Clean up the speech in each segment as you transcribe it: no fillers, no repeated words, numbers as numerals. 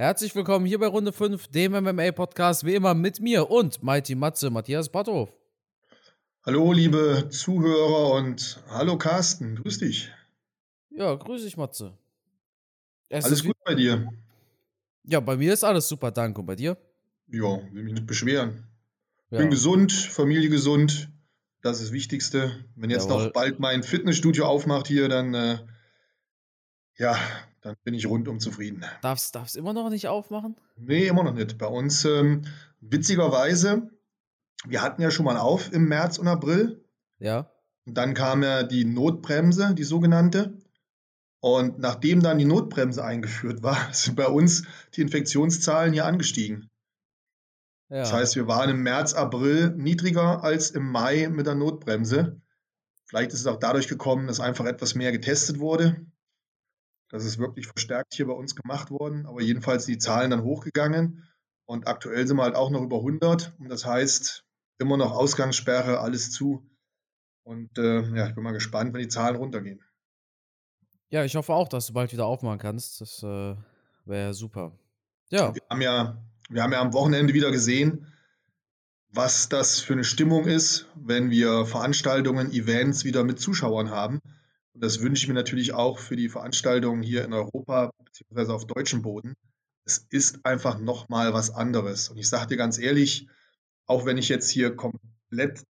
Herzlich willkommen hier bei Runde 5, dem MMA-Podcast, wie immer mit mir und Mighty Matze, Matthias Batthof. Hallo, liebe Zuhörer und hallo Carsten, grüß dich. Ja, grüß dich, Matze. Alles gut bei dir? Ja, bei mir ist alles super, danke. Und bei dir? Ja, will mich nicht beschweren. Bin Ja, gesund, Familie gesund, das ist das Wichtigste. Wenn jetzt noch jawohl. bald mein Fitnessstudio aufmacht hier, dann, ja, dann bin ich rundum zufrieden. Darf's immer noch nicht aufmachen? Nee, immer noch nicht. Bei uns, witzigerweise, wir hatten ja schon mal auf im März und April. Ja. Und dann kam ja die Notbremse, die sogenannte. Und nachdem dann die Notbremse eingeführt war, sind bei uns die Infektionszahlen hier angestiegen. Das Ja. heißt, wir waren im März, April niedriger als im Mai mit der Notbremse. Vielleicht ist es auch dadurch gekommen, dass einfach etwas mehr getestet wurde. Das ist wirklich verstärkt hier bei uns gemacht worden. Aber jedenfalls sind die Zahlen dann hochgegangen. Und aktuell sind wir halt auch noch über 100. Und das heißt, immer noch Ausgangssperre, alles zu. Und ja, ich bin mal gespannt, wenn die Zahlen runtergehen. Ja, ich hoffe auch, dass du bald wieder aufmachen kannst. Das wäre super. Ja. Wir haben ja am Wochenende wieder gesehen, was das für eine Stimmung ist, wenn wir Veranstaltungen, Events wieder mit Zuschauern haben. Und das wünsche ich mir natürlich auch für die Veranstaltungen hier in Europa beziehungsweise auf deutschem Boden. Es ist einfach noch mal was anderes. Und ich sage dir ganz ehrlich, auch wenn ich jetzt hier komplett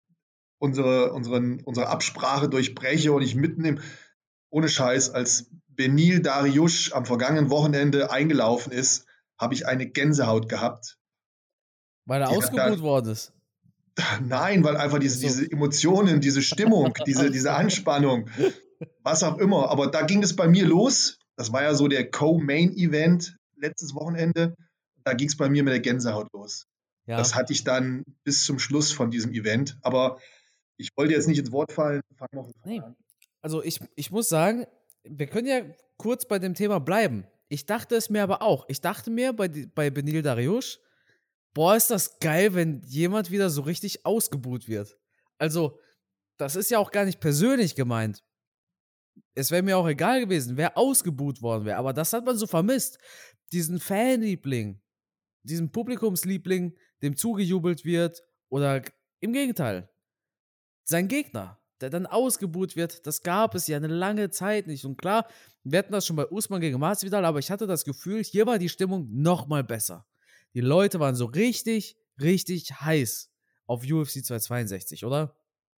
unsere Absprache durchbreche und ich mitnehme, ohne Scheiß, als Benil Dariush am vergangenen Wochenende eingelaufen ist, habe ich eine Gänsehaut gehabt. Weil er Die hat da ausgebuht worden ist. Nein, weil einfach Ach so. diese Emotionen, diese Stimmung, Ach diese so. Anspannung, was auch immer. Aber da ging es bei mir los. Das war ja so der Co-Main-Event letztes Wochenende. Da ging es bei mir mit der Gänsehaut los. Das Ja. hatte ich dann bis zum Schluss von diesem Event. Aber ich wollte jetzt nicht ins Wort fallen. Fangen wir von vorne Nee. an. Also ich muss sagen, wir können ja kurz bei dem Thema bleiben. Ich dachte es mir aber auch. Ich dachte mir bei Benil Dariush, boah, ist das geil, wenn jemand wieder so richtig ausgebuht wird. Also, das ist ja auch gar nicht persönlich gemeint. Es wäre mir auch egal gewesen, wer ausgebuht worden wäre. Aber das hat man so vermisst. Diesen Fanliebling, diesen Publikumsliebling, dem zugejubelt wird. Oder im Gegenteil, sein Gegner, der dann ausgebuht wird, das gab es ja eine lange Zeit nicht. Und klar, wir hatten das schon bei Usman gegen Masvidal, aber ich hatte das Gefühl, hier war die Stimmung noch mal besser. Die Leute waren so richtig, richtig heiß auf UFC 262, oder?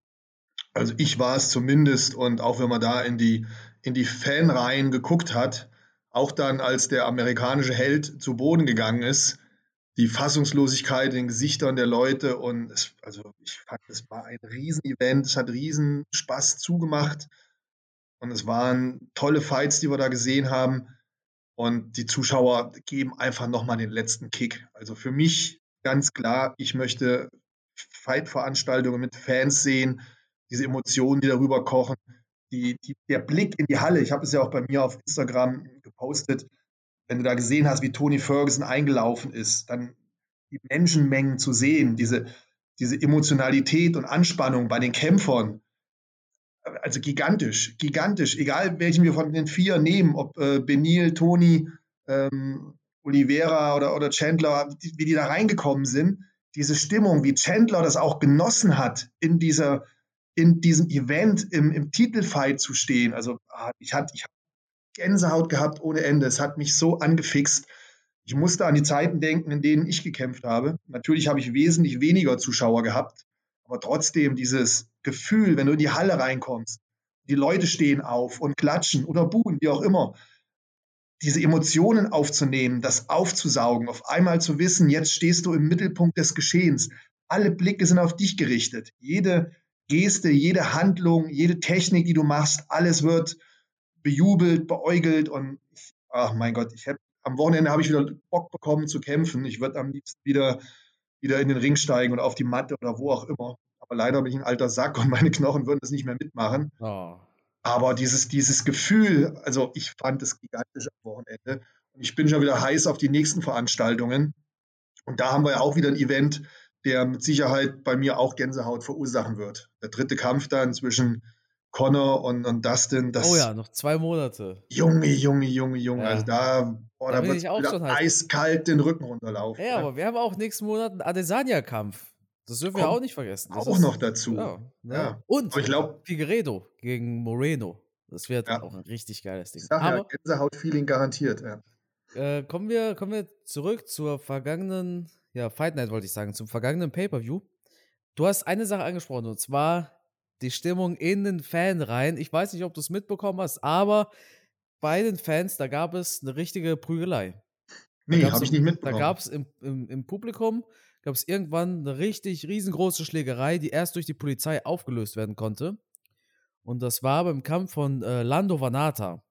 Also ich war es zumindest. Und auch wenn man da in die Fanreihen geguckt hat, auch dann, als der amerikanische Held zu Boden gegangen ist, die Fassungslosigkeit in den Gesichtern der Leute und also ich fand, es war ein Riesenevent, es hat riesen Spaß zugemacht und es waren tolle Fights, die wir da gesehen haben und die Zuschauer geben einfach nochmal den letzten Kick. Also für mich ganz klar, ich möchte Fight-Veranstaltungen mit Fans sehen, diese Emotionen, die darüber kochen, der Blick in die Halle. Ich habe es ja auch bei mir auf Instagram gepostet, wenn du da gesehen hast, wie Tony Ferguson eingelaufen ist, dann die Menschenmengen zu sehen, diese Emotionalität und Anspannung bei den Kämpfern, also gigantisch, gigantisch. Egal welchen wir von den vier nehmen, ob Benil, Tony, Oliveira oder Chandler, wie die da reingekommen sind, diese Stimmung, wie Chandler das auch genossen hat, in diesem Event im Titelfight zu stehen. Also ich hab Gänsehaut gehabt ohne Ende. Es hat mich so angefixt. Ich musste an die Zeiten denken, in denen ich gekämpft habe. Natürlich habe ich wesentlich weniger Zuschauer gehabt, aber trotzdem dieses Gefühl, wenn du in die Halle reinkommst, die Leute stehen auf und klatschen oder buhen, wie auch immer, diese Emotionen aufzunehmen, das aufzusaugen, auf einmal zu wissen, jetzt stehst du im Mittelpunkt des Geschehens. Alle Blicke sind auf dich gerichtet. Jede Geste, jede Handlung, jede Technik, die du machst, alles wird bejubelt, beäugelt und ach mein Gott, am Wochenende habe ich wieder Bock bekommen zu kämpfen. Ich würde am liebsten wieder in den Ring steigen oder auf die Matte oder wo auch immer. Aber leider bin ich ein alter Sack und meine Knochen würden das nicht mehr mitmachen. Oh. Aber dieses Gefühl, also ich fand es gigantisch am Wochenende. Und ich bin schon wieder heiß auf die nächsten Veranstaltungen. Und da haben wir ja auch wieder ein Event, der mit Sicherheit bei mir auch Gänsehaut verursachen wird. Der dritte Kampf dann zwischen Connor und Dustin, Oh das ja, noch 2 Monate. Junge. Also Ja, da da bin wird es ich auch wieder schon heiß. eiskalt den Rücken runterlaufen. Ja, Ne? aber wir haben auch nächsten Monat 'n Adesanya-Kampf. Das dürfen wir auch Kommt nicht vergessen. Das auch noch ist dazu. ja, ne? Ja. Aber Und ich glaube, Figueiredo gegen Moreno. Das wird ja, auch 'n richtig geiles ich Ding. sage ja, Aber, Gänsehaut-Feeling garantiert. Ja. kommen wir zurück zur vergangenen ja, Fight Night wollte ich sagen, zum vergangenen Pay-per-View. Du hast eine Sache angesprochen, und zwar die Stimmung in den Fanreihen. Ich weiß nicht, ob du's mitbekommen hast, aber bei den Fans, da gab es 'ne richtige Prügelei. Da Nee, gab's habe ich im nicht da mitbekommen. gab's im Publikum gab's irgendwann 'ne richtig riesengroße Schlägerei, die erst durch die Polizei aufgelöst werden konnte. Und das war beim Kampf von, Lando Vannata.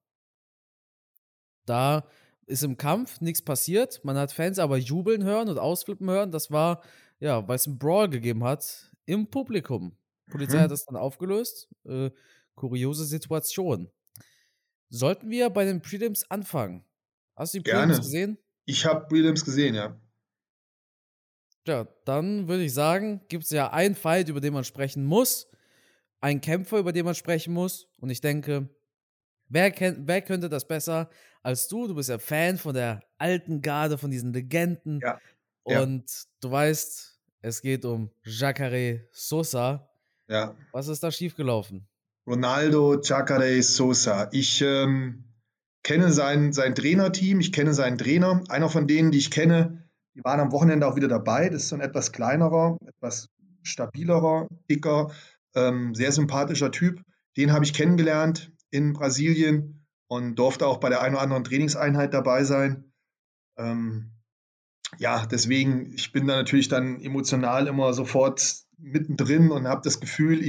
Da ist im Kampf nix passiert. Man hat Fans aber jubeln hören und ausflippen hören. Das war, ja, weil's 'n Brawl gegeben hat im Publikum. Polizei hat Mhm. das dann aufgelöst. Kuriose Situation. Sollten wir bei den Prelims anfangen? Hast du die Prelims Gerne. gesehen? Ich habe Prelims gesehen, ja. Ja, dann würde ich sagen, gibt's ja einen Fight, über den man sprechen muss, einen Kämpfer, über den man sprechen muss. Und ich denke, wer könnte das besser als du? Du bist ja Fan von der alten Garde, von diesen Legenden. Ja, ja, Und du weißt, es geht um Jacare Sosa. ja. Was ist da schiefgelaufen? Ronaldo Jacare Sosa. Ich kenne sein Trainerteam, ich kenne seinen Trainer. Einer von denen, die ich kenne, die waren am Wochenende auch wieder dabei. Das ist so ein etwas kleinerer, etwas stabilerer, dicker, sehr sympathischer Typ. Den habe ich kennengelernt in Brasilien und durfte auch bei der einen oder anderen Trainingseinheit dabei sein. Ähm, ja, deswegen, ich bin da natürlich dann emotional immer sofort mittendrin und habe das Gefühl,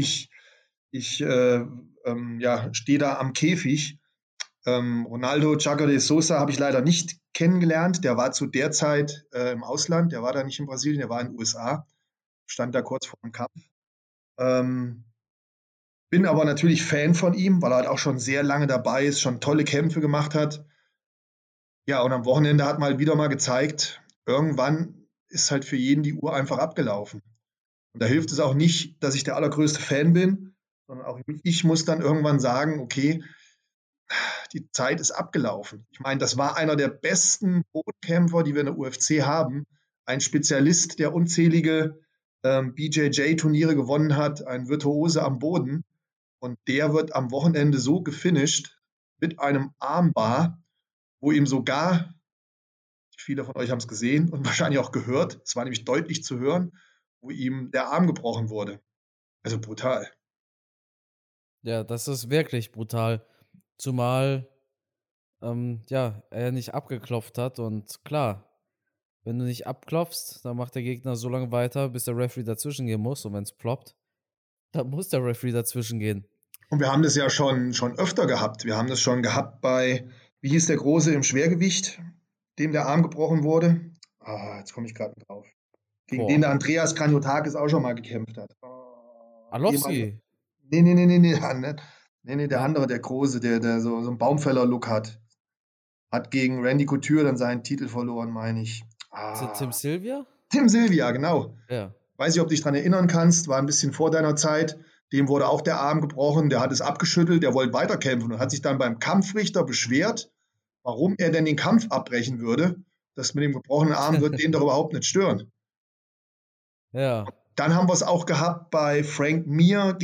ich ja, stehe da am Käfig. Ronaldo Chaco de Sosa habe ich leider nicht kennengelernt. Der war zu der Zeit im Ausland, der war da nicht in Brasilien, der war in den USA, stand da kurz vor dem Kampf. Ähm, bin aber natürlich Fan von ihm, weil er halt auch schon sehr lange dabei ist, schon tolle Kämpfe gemacht hat. Ja, und am Wochenende hat mal wieder mal gezeigt, irgendwann ist halt für jeden die Uhr einfach abgelaufen. Und da hilft es auch nicht, dass ich der allergrößte Fan bin, sondern auch ich muss dann irgendwann sagen, okay, die Zeit ist abgelaufen. Ich meine, das war einer der besten Bodenkämpfer, die wir in der UFC haben. Ein Spezialist, der unzählige BJJ-Turniere gewonnen hat, ein Virtuose am Boden. Und der wird am Wochenende so gefinisht mit einem Armbar, wo ihm sogar, viele von euch haben es gesehen und wahrscheinlich auch gehört, es war nämlich deutlich zu hören, wo ihm der Arm gebrochen wurde. Also brutal. Ja, das ist wirklich brutal. Zumal, ja, er nicht abgeklopft hat. Und klar, wenn du nicht abklopfst, dann macht der Gegner so lange weiter, bis der Referee dazwischen gehen muss. Und wenn es ploppt, dann muss der Referee dazwischen gehen. Und wir haben das ja schon öfter gehabt. Wir haben das schon gehabt bei, wie hieß der Große im Schwergewicht, dem der Arm gebrochen wurde? Jetzt komme ich gerade drauf. Gegen den Boah. der Andreas Kranjotakis auch schon mal gekämpft hat. Ehemaliger. Arlovski. Nee, nee, der Ne? andere, der Große, der so einen Baumfäller-Look hat. Hat gegen Randy Couture dann seinen Titel verloren, meine ich. Tim Sylvia? Tim Sylvia, genau. Ja. Weiß nicht, ob du dich daran erinnern kannst, war ein bisschen vor deiner Zeit. Dem wurde auch der Arm gebrochen, der hat es abgeschüttelt, der wollte weiterkämpfen und hat sich dann beim Kampfrichter beschwert, warum er denn den Kampf abbrechen würde. Das mit dem gebrochenen Arm wird den doch überhaupt nicht stören. Ja. Dann haben wir es auch gehabt bei Frank Mir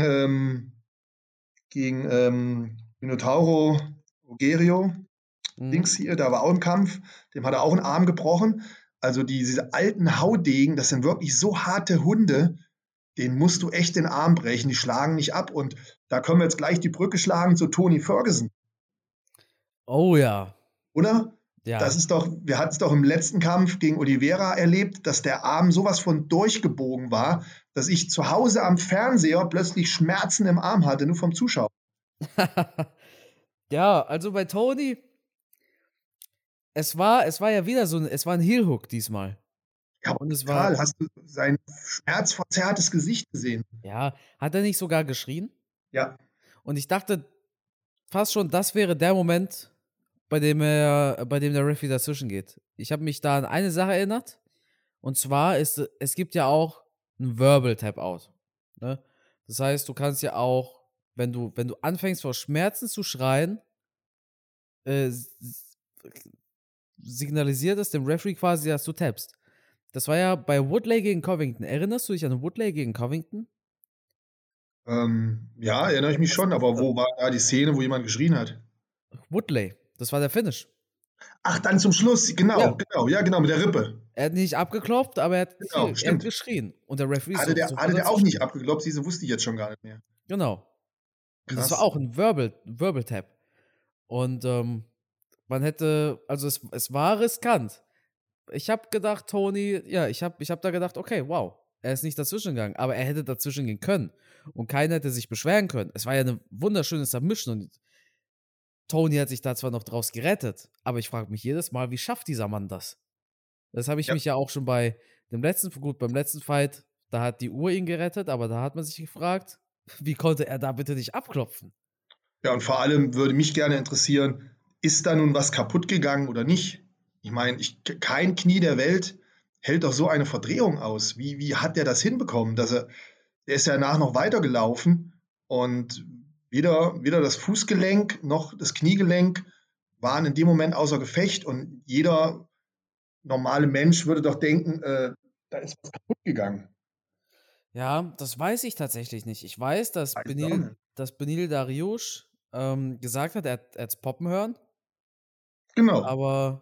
gegen Minotauro Rogerio. Mhm. Dings hier, da war auch im Kampf, dem hat er auch einen Arm gebrochen. Also diese alten Haudegen, das sind wirklich so harte Hunde, den musst du echt den Arm brechen, die schlagen nicht ab. Und da können wir jetzt gleich die Brücke schlagen zu Tony Ferguson, Oh ja. oder? Das Ja. ist doch, wir hatten es doch im letzten Kampf gegen Oliveira erlebt, dass der Arm sowas von durchgebogen war, dass ich zu Hause am Fernseher plötzlich Schmerzen im Arm hatte, nur vom Zuschauen. Ja, also bei Tony, es war ja wieder es war ein Heel-Hook diesmal. Ja, aber Und es war, brutal, hast du sein schmerzverzerrtes Gesicht gesehen? ja, hat er nicht sogar geschrien? Ja, Und ich dachte fast schon, das wäre der Moment, bei dem der Referee dazwischen geht. Ich habe mich da an eine Sache erinnert. Und zwar es gibt ja auch ein Verbal Tap-Out. Ne? Das heißt, du kannst ja auch wenn du anfängst vor Schmerzen zu schreien, signalisiert es dem Referee quasi, dass du tappst. Das war ja bei Woodley gegen Covington. Erinnerst du dich an Woodley gegen Covington? Ja, erinnere ich mich schon, aber wo war da die Szene, wo jemand geschrien hat? Woodley, das war der Finish. Ach, dann zum Schluss, genau, Ja. genau, ja, genau, mit der Rippe. Er hat nicht abgeklopft, aber er hat, Genau, er hat stimmt. geschrien. Und der Referee ist Hatte sofort der auch dazwischen. nicht abgeklopft, diese wusste ich jetzt schon gar nicht mehr. Genau. Und das war Krass. auch ein Verbal Tap. Und man hätte, also es war riskant. Ich habe gedacht, Tony, ja, ich hab da gedacht, okay, wow, er ist nicht dazwischen gegangen, aber er hätte dazwischen gehen können. Und keiner hätte sich beschweren können. Es war ja eine wunderschöne Submission und Tony hat sich da zwar noch draus gerettet, aber ich frage mich jedes Mal, wie schafft dieser Mann das? Das habe ich Ja. mich ja auch schon beim letzten Fight, da hat die Uhr ihn gerettet, aber da hat man sich gefragt, wie konnte er da bitte nicht abklopfen? Ja, und vor allem würde mich gerne interessieren, ist da nun was kaputt gegangen oder nicht? Ich meine, kein Knie der Welt hält doch so eine Verdrehung aus. Wie hat der das hinbekommen? Der ist ja danach noch weitergelaufen und weder das Fußgelenk noch das Kniegelenk waren in dem Moment außer Gefecht und jeder normale Mensch würde doch denken, da ist was kaputt gegangen. Ja, das weiß ich tatsächlich nicht. Ich weiß, Weiß ich auch nicht. dass Benil Dariush gesagt hat, er hat's poppen hören, Genau. aber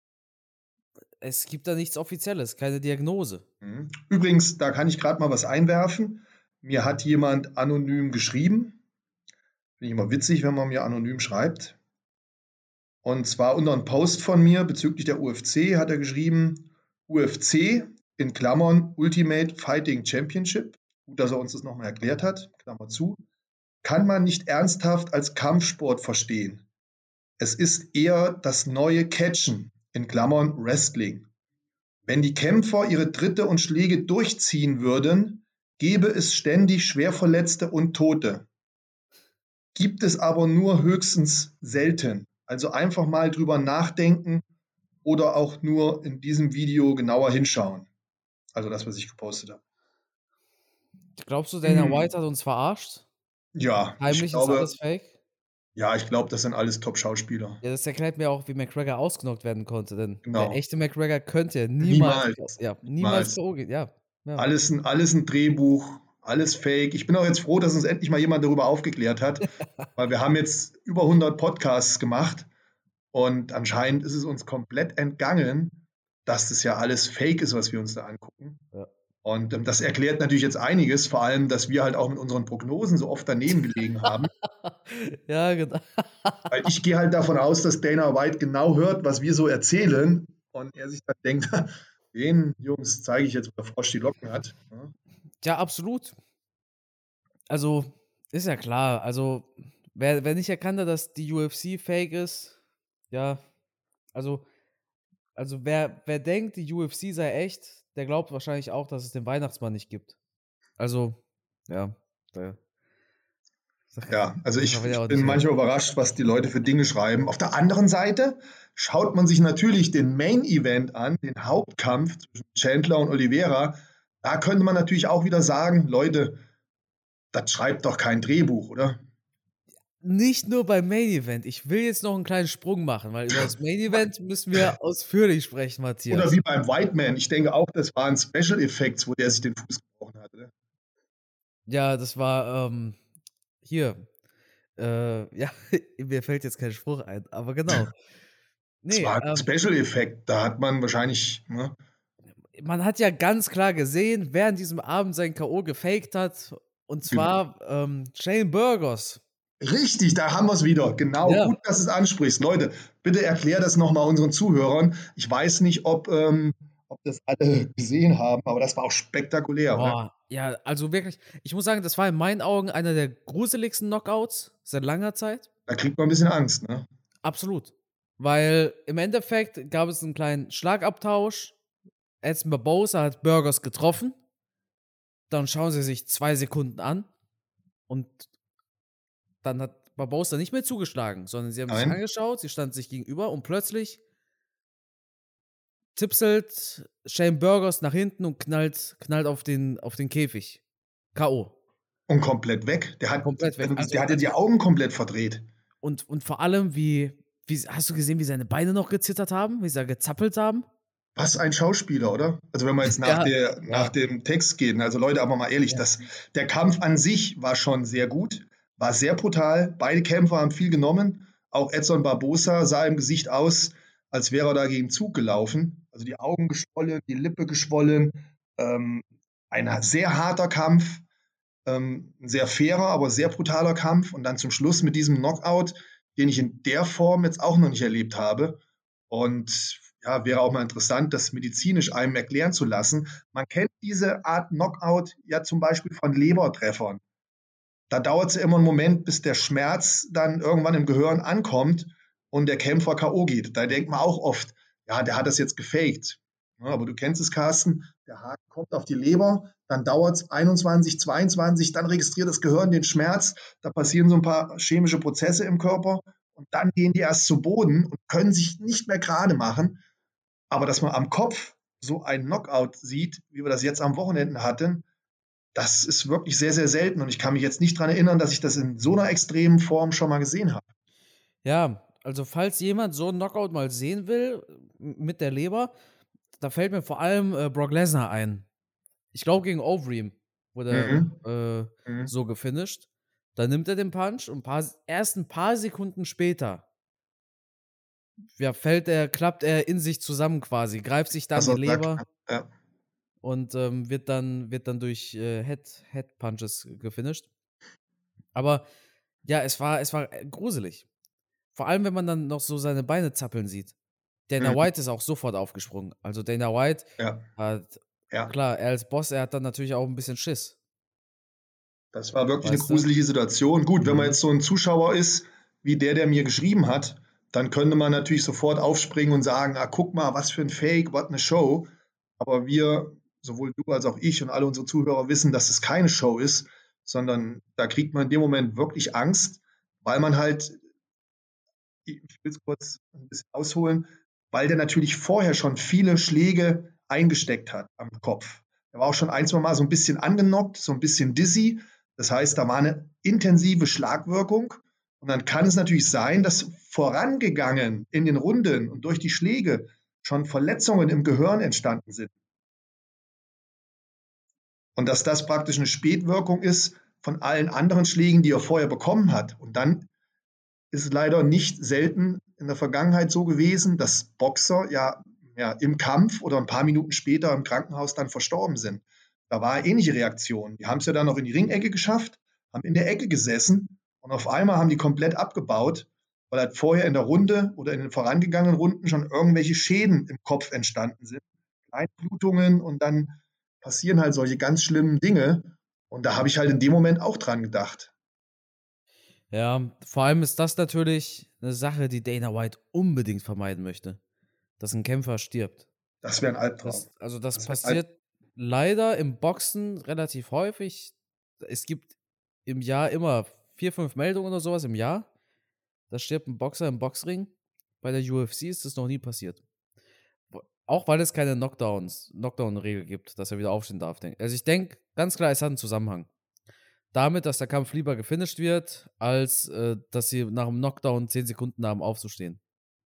es gibt da nichts Offizielles, keine Diagnose. Mhm. Übrigens, da kann ich gerade mal was einwerfen. Mir hat jemand anonym geschrieben. Finde ich immer witzig, wenn man mir anonym schreibt. Und zwar unter einem Post von mir bezüglich der UFC hat er geschrieben, UFC in Klammern Ultimate Fighting Championship. Gut, dass er uns das nochmal erklärt hat, Klammer zu. Kann man nicht ernsthaft als Kampfsport verstehen. Es ist eher das neue Catchen, in Klammern Wrestling. Wenn die Kämpfer ihre Tritte und Schläge durchziehen würden, gäbe es ständig Schwerverletzte und Tote. Gibt es aber nur höchstens selten. Also einfach mal drüber nachdenken oder auch nur in diesem Video genauer hinschauen. Also das, was ich gepostet habe. Glaubst du, Dana White hat uns verarscht? Ja, Heimlich ist alles fake? ich glaube, das sind alles Top-Schauspieler. Ja, das erklärt mir auch, wie McGregor ausgenockt werden konnte, denn der Genau. echte McGregor könnte ja niemals Niemals. niemals Niemals. K.O. gehen. Ja, ja. Alles ein Drehbuch, alles fake. Ich bin auch jetzt froh, dass uns endlich mal jemand darüber aufgeklärt hat, weil wir haben jetzt über 100 Podcasts gemacht und anscheinend ist es uns komplett entgangen, dass das ja alles fake ist, was wir uns da angucken. Ja. Und das erklärt natürlich jetzt einiges, vor allem, dass wir halt auch mit unseren Prognosen so oft daneben gelegen haben. Ja, genau. Weil ich gehe halt davon aus, dass Dana White genau hört, was wir so erzählen und er sich dann denkt, den Jungs zeige ich jetzt, wo der Frosch die Locken hat. Ja. Ja, absolut. Also, ist ja klar. Also, wer nicht erkannte, dass die UFC fake ist, ja, also, wer denkt, die UFC sei echt, der glaubt wahrscheinlich auch, dass es den Weihnachtsmann nicht gibt. Also, ja, da Ja, also muss man ja ich auch bin nicht helfen. manchmal überrascht, was die Leute für Dinge schreiben. Auf der anderen Seite schaut man sich natürlich den Main Event an, den Hauptkampf zwischen Chandler und Oliveira. Da könnte man natürlich auch wieder sagen, Leute, das schreibt doch kein Drehbuch, oder? Nicht nur beim Main Event. Ich will jetzt noch einen kleinen Sprung machen, weil über das Main Event müssen wir ausführlich sprechen, Oder Matthias. wie beim White Man. Ich denke auch, das waren Special Effects, wo der sich den Fuß gebrochen hat, oder? Ja, das war, hier, ja, mir fällt jetzt kein Spruch ein, aber genau. Das Ne, war ein Special Effekt. Da hat man wahrscheinlich, ne? man hat ja ganz klar gesehen, wer an diesem Abend sein K.O. gefaked hat, und zwar, Shane Burgos. Richtig, da haben wir es wieder. Genau, Ja. gut, dass du es ansprichst. Leute, bitte erklär das nochmal unseren Zuhörern. Ich weiß nicht, ob das alle gesehen haben, aber das war auch spektakulär, oder? Boah, ja, also wirklich, ich muss sagen, das war in meinen Augen einer der gruseligsten Knockouts seit langer Zeit. Da kriegt man ein bisschen Angst, ne? Absolut. Weil im Endeffekt gab es einen kleinen Schlagabtausch. Edson Barbosa hat Burgos getroffen. Dann schauen sie sich 2 Sekunden an und dann hat Barbosa nicht mehr zugeschlagen, sondern sie haben sich Nein? angeschaut, sie standen sich gegenüber und plötzlich Shane Burgos nach hinten und knallt auf den Käfig. K.O. Und komplett weg. komplett weg. Der hatte die Augen komplett verdreht. Und vor allem, wie hast du gesehen, wie seine Beine noch gezittert haben, wie sie da gezappelt haben? Was ein Schauspieler, oder? Also wenn wir jetzt nach Ja, nach ja, dem Text gehen, also Leute, aber mal ehrlich, ja. der Kampf an sich war schon sehr gut, war sehr brutal. Beide Kämpfer haben viel genommen. Auch Edson Barbosa sah im Gesicht aus, als wäre er da gegen Zug gelaufen. Also die Augen geschwollen, die Lippe geschwollen. Ähm, ein sehr harter Kampf, ein sehr fairer, aber sehr brutaler Kampf. Und dann zum Schluss mit diesem Knockout, den ich in der Form jetzt auch noch nicht erlebt habe. Und ja, wäre auch mal interessant, das medizinisch einem erklären zu lassen. Man kennt diese Art Knockout ja zum Beispiel von Lebertreffern. Da dauert es ja immer einen Moment, bis der Schmerz dann irgendwann im Gehirn ankommt und der Kämpfer K.O. geht. Da denkt man auch oft, ja, der hat das jetzt gefaked. Ja, aber du kennst es, Carsten, der Haken kommt auf die Leber, dann dauert es 21, 22, dann registriert das Gehirn den Schmerz, da passieren so ein paar chemische Prozesse im Körper und dann gehen die erst zu Boden und können sich nicht mehr gerade machen. Aber dass man am Kopf so einen Knockout sieht, wie wir das jetzt am Wochenende hatten, das ist wirklich sehr, sehr selten. Und ich kann mich jetzt nicht daran erinnern, dass ich das in so einer extremen Form schon mal gesehen habe. Ja, also falls jemand so einen Knockout mal sehen will, mit der Leber, da fällt mir vor allem Brock Lesnar ein. Ich glaube, gegen Overeem wurde Mhm. Mhm. so gefinisht. Da nimmt er den Punch und erst ein paar Sekunden später, ja, klappt er in sich zusammen quasi, greift sich dann Was die er sagt. Leber Ja. und wird dann durch Head Punches gefinisht. Aber ja, es war gruselig. Vor allem, wenn man dann noch so seine Beine zappeln sieht. Dana Mhm. White ist auch sofort aufgesprungen. Also Dana White Ja. hat, Ja. klar, er als Boss, er hat dann natürlich auch ein bisschen Schiss, Das war wirklich eine weißt du? gruselige Situation. Gut, wenn man Mhm. jetzt so ein Zuschauer ist, wie der mir geschrieben hat, dann könnte man natürlich sofort aufspringen und sagen, ah, guck mal, was für ein Fake, was eine Show. Aber wir, sowohl du als auch ich und alle unsere Zuhörer wissen, dass es keine Show ist, sondern da kriegt man in dem Moment wirklich Angst, weil man halt, ich will es kurz ein bisschen ausholen, weil der natürlich vorher schon viele Schläge eingesteckt hat am Kopf. Er war auch schon ein, zwei Mal so ein bisschen angenockt, so ein bisschen dizzy. Das heißt, da war eine intensive Schlagwirkung. Und dann kann es natürlich sein, dass vorangegangen in den Runden und durch die Schläge schon Verletzungen im Gehirn entstanden sind. Und dass das praktisch eine Spätwirkung ist von allen anderen Schlägen, die er vorher bekommen hat. Und dann ist es leider nicht selten in der Vergangenheit so gewesen, dass Boxer ja im Kampf oder ein paar Minuten später im Krankenhaus dann verstorben sind. Da war eine ähnliche Reaktion. Die haben es ja dann noch in die Ringecke geschafft, haben in der Ecke gesessen und auf einmal haben die komplett abgebaut, weil halt vorher in der Runde oder in den vorangegangenen Runden schon irgendwelche Schäden im Kopf entstanden sind. Blutungen und dann passieren halt solche ganz schlimmen Dinge. Und da habe ich halt in dem Moment auch dran gedacht. Ja, vor allem ist das natürlich eine Sache, die Dana White unbedingt vermeiden möchte, dass ein Kämpfer stirbt. Das wäre ein Albtraum. Das Das wäre ein passiert leider im Boxen relativ häufig. Es gibt im Jahr immer 4, 5 Meldungen oder sowas im Jahr. Da stirbt ein Boxer im Boxring. Bei der UFC ist das noch nie passiert. Auch weil es keine Knockdown-Regel gibt, dass er wieder aufstehen darf. Also ich denke, ganz klar, es hat einen Zusammenhang. Damit, dass der Kampf lieber gefinisht wird, als dass sie nach dem Knockdown 10 Sekunden haben, aufzustehen.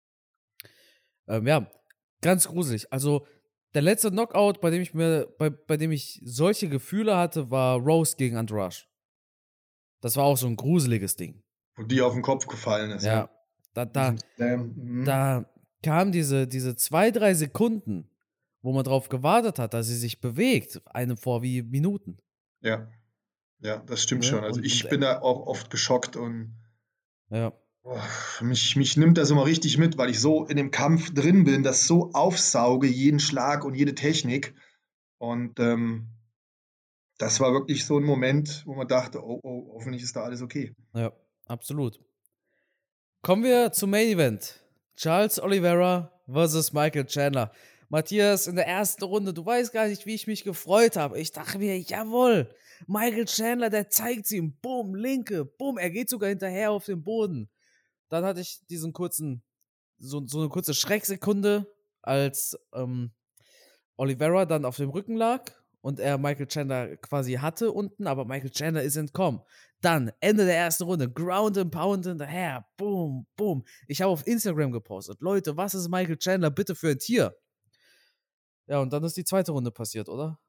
Ja, ganz gruselig. Also, der letzte Knockout, bei dem ich solche Gefühle hatte, war Rose gegen Andrade. Das war auch so ein gruseliges Ding. Wo die auf den Kopf gefallen ist, ja. Ja, da, da, Diesen Slam. Mhm. da kamen diese 2, 3 Sekunden, wo man drauf gewartet hat, dass sie sich bewegt, einem vor wie Minuten. Ja, ja, das stimmt Ne? schon. Also ich bin da auch oft geschockt und Ja. oh, mich nimmt das immer richtig mit, weil ich so in dem Kampf drin bin, das so aufsauge, jeden Schlag und jede Technik. Und das war wirklich so ein Moment, wo man dachte, oh, oh, hoffentlich ist da alles okay. Ja, absolut. Kommen wir zum Main Event. Charles Oliveira versus Michael Chandler. Matthias, in der ersten Runde, du weißt gar nicht, wie ich mich gefreut habe. Ich dachte mir, jawohl, Michael Chandler, der zeigt ihm, bumm, linke, bumm, er geht sogar hinterher auf den Boden. Dann hatte ich so eine kurze Schrecksekunde, als Oliveira dann auf dem Rücken lag und er Michael Chandler quasi hatte unten, aber Michael Chandler ist entkommen. Dann, Ende der ersten Runde, Ground and Pound hinterher, boom, boom. Ich habe auf Instagram gepostet, Leute, was ist Michael Chandler bitte für ein Tier? Ja, und dann ist die zweite Runde passiert, oder?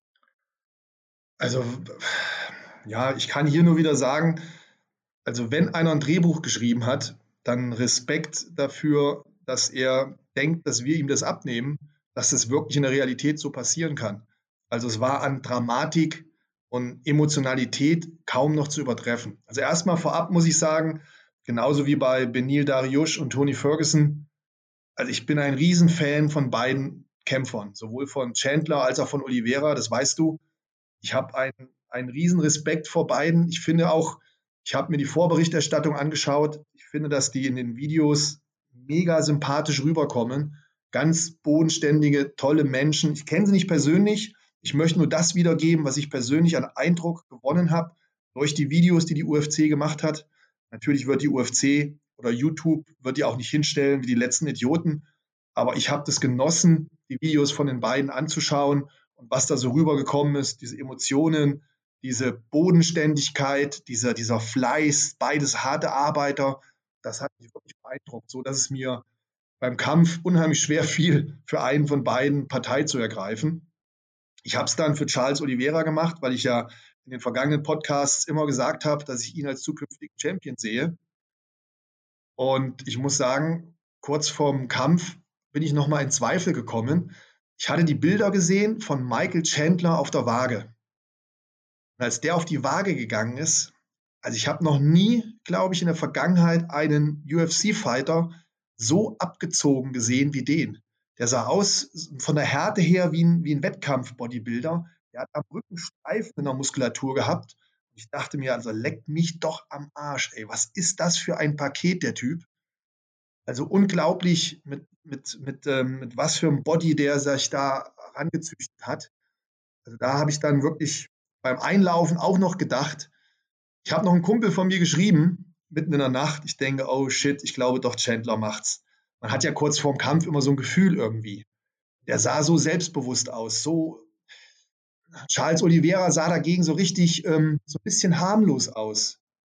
Also, ja, ich kann hier nur wieder sagen, also wenn einer ein Drehbuch geschrieben hat, dann Respekt dafür, dass er denkt, dass wir ihm das abnehmen, dass es wirklich in der Realität so passieren kann. Also es war an Dramatik und Emotionalität kaum noch zu übertreffen. Also erstmal vorab muss ich sagen, genauso wie bei Benil Dariush und Tony Ferguson, also ich bin ein Riesenfan von beiden Kämpfern, sowohl von Chandler als auch von Oliveira, das weißt du. Ich habe einen riesen Respekt vor beiden. Ich finde auch, ich habe mir die Vorberichterstattung angeschaut. Ich finde, dass die in den Videos mega sympathisch rüberkommen. Ganz bodenständige, tolle Menschen. Ich kenne sie nicht persönlich. Ich möchte nur das wiedergeben, was ich persönlich an Eindruck gewonnen habe durch die Videos, die die UFC gemacht hat. Natürlich wird die UFC oder YouTube wird die auch nicht hinstellen wie die letzten Idioten. Aber ich habe das genossen, die Videos von den beiden anzuschauen und was da so rübergekommen ist, diese Emotionen, diese Bodenständigkeit, dieser Fleiß, beides harte Arbeiter, das hat mich wirklich beeindruckt, so dass es mir beim Kampf unheimlich schwer fiel, für einen von beiden Partei zu ergreifen. Ich habe es dann für Charles Oliveira gemacht, weil ich ja in den vergangenen Podcasts immer gesagt habe, dass ich ihn als zukünftigen Champion sehe. Und ich muss sagen, kurz vorm Kampf bin ich nochmal in Zweifel gekommen. Ich hatte die Bilder gesehen von Michael Chandler auf der Waage. Und als der auf die Waage gegangen ist, also ich habe noch nie, glaube ich, in der Vergangenheit einen UFC-Fighter so abgezogen gesehen wie den. Der sah aus von der Härte her wie ein Wettkampf-Bodybuilder. Der hat am Rücken Streifen in der Muskulatur gehabt. Ich dachte mir, also leckt mich doch am Arsch, ey. Was ist das für ein Paket, der Typ? Also unglaublich, mit was für einem Body der sich da rangezüchtet hat. Also da habe ich dann wirklich beim Einlaufen auch noch gedacht, ich habe noch einen Kumpel von mir geschrieben, mitten in der Nacht, ich denke, oh shit, ich glaube doch, Chandler macht's. Man hat ja kurz vorm Kampf immer so ein Gefühl irgendwie. Der sah so selbstbewusst aus, so Charles Oliveira sah dagegen so richtig so ein bisschen harmlos aus.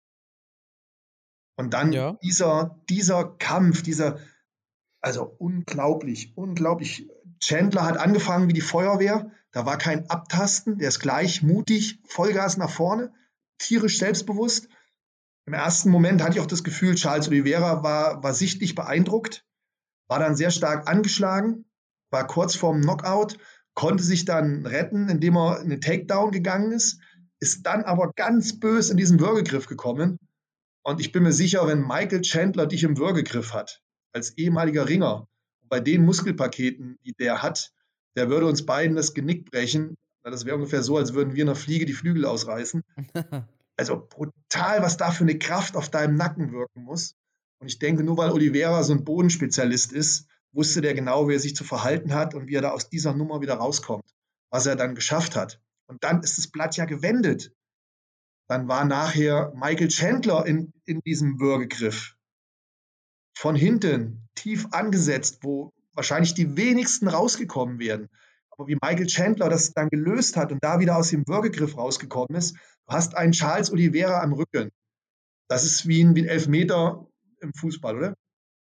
Und dann Ja. dieser Kampf, also unglaublich, unglaublich. Chandler hat angefangen wie die Feuerwehr. Da war kein Abtasten. Der ist gleich mutig, Vollgas nach vorne, tierisch selbstbewusst. Im ersten Moment hatte ich auch das Gefühl, Charles Oliveira war sichtlich beeindruckt, war dann sehr stark angeschlagen, war kurz vorm Knockout, konnte sich dann retten, indem er in den Takedown gegangen ist dann aber ganz bös in diesen Würgegriff gekommen. Und ich bin mir sicher, wenn Michael Chandler dich im Würgegriff hat, als ehemaliger Ringer, bei den Muskelpaketen, die der hat, der würde uns beiden das Genick brechen. Das wäre ungefähr so, als würden wir einer Fliege die Flügel ausreißen. Also brutal, was da für eine Kraft auf deinem Nacken wirken muss. Und ich denke, nur weil Oliveira so ein Bodenspezialist ist, wusste der genau, wie er sich zu verhalten hat und wie er da aus dieser Nummer wieder rauskommt, was er dann geschafft hat. Und dann ist das Blatt ja gewendet. Dann war nachher Michael Chandler in diesem Würgegriff von hinten tief angesetzt, wo wahrscheinlich die wenigsten rausgekommen werden. Aber wie Michael Chandler das dann gelöst hat und da wieder aus dem Würgegriff rausgekommen ist, du hast einen Charles Oliveira am Rücken. Das ist wie ein Elfmeter im Fußball, oder?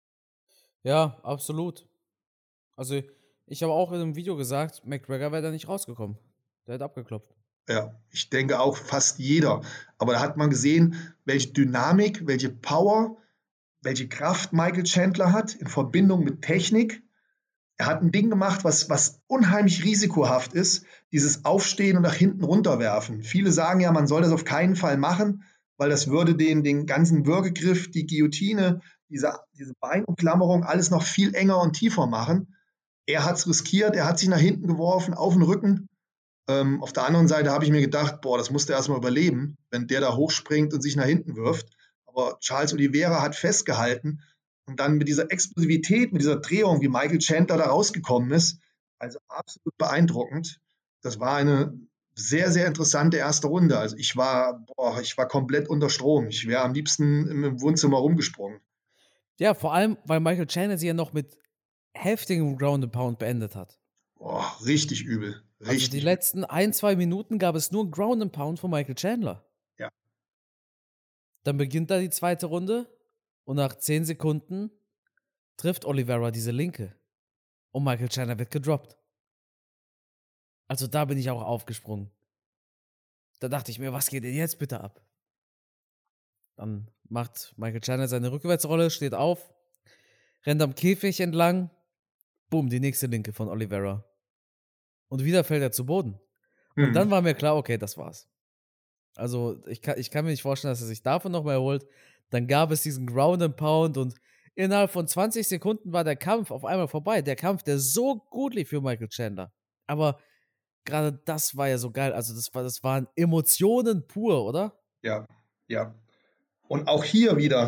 Ja, absolut. Also, ich habe auch in einem Video gesagt, McGregor wäre da nicht rausgekommen. Der hat abgeklopft. Ja, ich denke auch fast jeder. Aber da hat man gesehen, welche Dynamik, welche Power, welche Kraft Michael Chandler hat in Verbindung mit Technik. Er hat ein Ding gemacht, was unheimlich risikohaft ist, dieses Aufstehen und nach hinten runterwerfen. Viele sagen ja, man soll das auf keinen Fall machen, weil das würde den ganzen Würgegriff, die Guillotine, diese Beinumklammerung alles noch viel enger und tiefer machen. Er hat es riskiert, er hat sich nach hinten geworfen, auf den Rücken. Auf der anderen Seite habe ich mir gedacht, boah, das musste er erstmal überleben, wenn der da hochspringt und sich nach hinten wirft. Aber Charles Oliveira hat festgehalten und dann mit dieser Explosivität, mit dieser Drehung, wie Michael Chandler da rausgekommen ist, also absolut beeindruckend. Das war eine sehr, sehr interessante erste Runde. Also ich war komplett unter Strom. Ich wäre am liebsten im Wohnzimmer rumgesprungen. Ja, vor allem, weil Michael Chandler sie ja noch mit heftigem Ground and Pound beendet hat. Boah, richtig übel. Also die Richtig übel. letzten 1, 2 Minuten gab es nur Ground and Pound von Michael Chandler. Ja. Dann beginnt da die zweite Runde und nach 10 Sekunden trifft Oliveira diese Linke und Michael Chandler wird gedroppt. Also da bin ich auch aufgesprungen. Da dachte ich mir, was geht denn jetzt bitte ab? Dann macht Michael Chandler seine Rückwärtsrolle, steht auf, rennt am Käfig entlang, boom, die nächste Linke von Oliveira. Und wieder fällt er zu Boden. Und dann Hm. war mir klar, okay, das war's. Also ich kann mir nicht vorstellen, dass er sich davon nochmal erholt. Dann gab es diesen Ground and Pound und innerhalb von 20 Sekunden war der Kampf auf einmal vorbei. Der Kampf, der so gut lief für Michael Chandler. Aber gerade das war ja so geil. Also das waren Emotionen pur, oder? Ja, ja. Und auch hier wieder,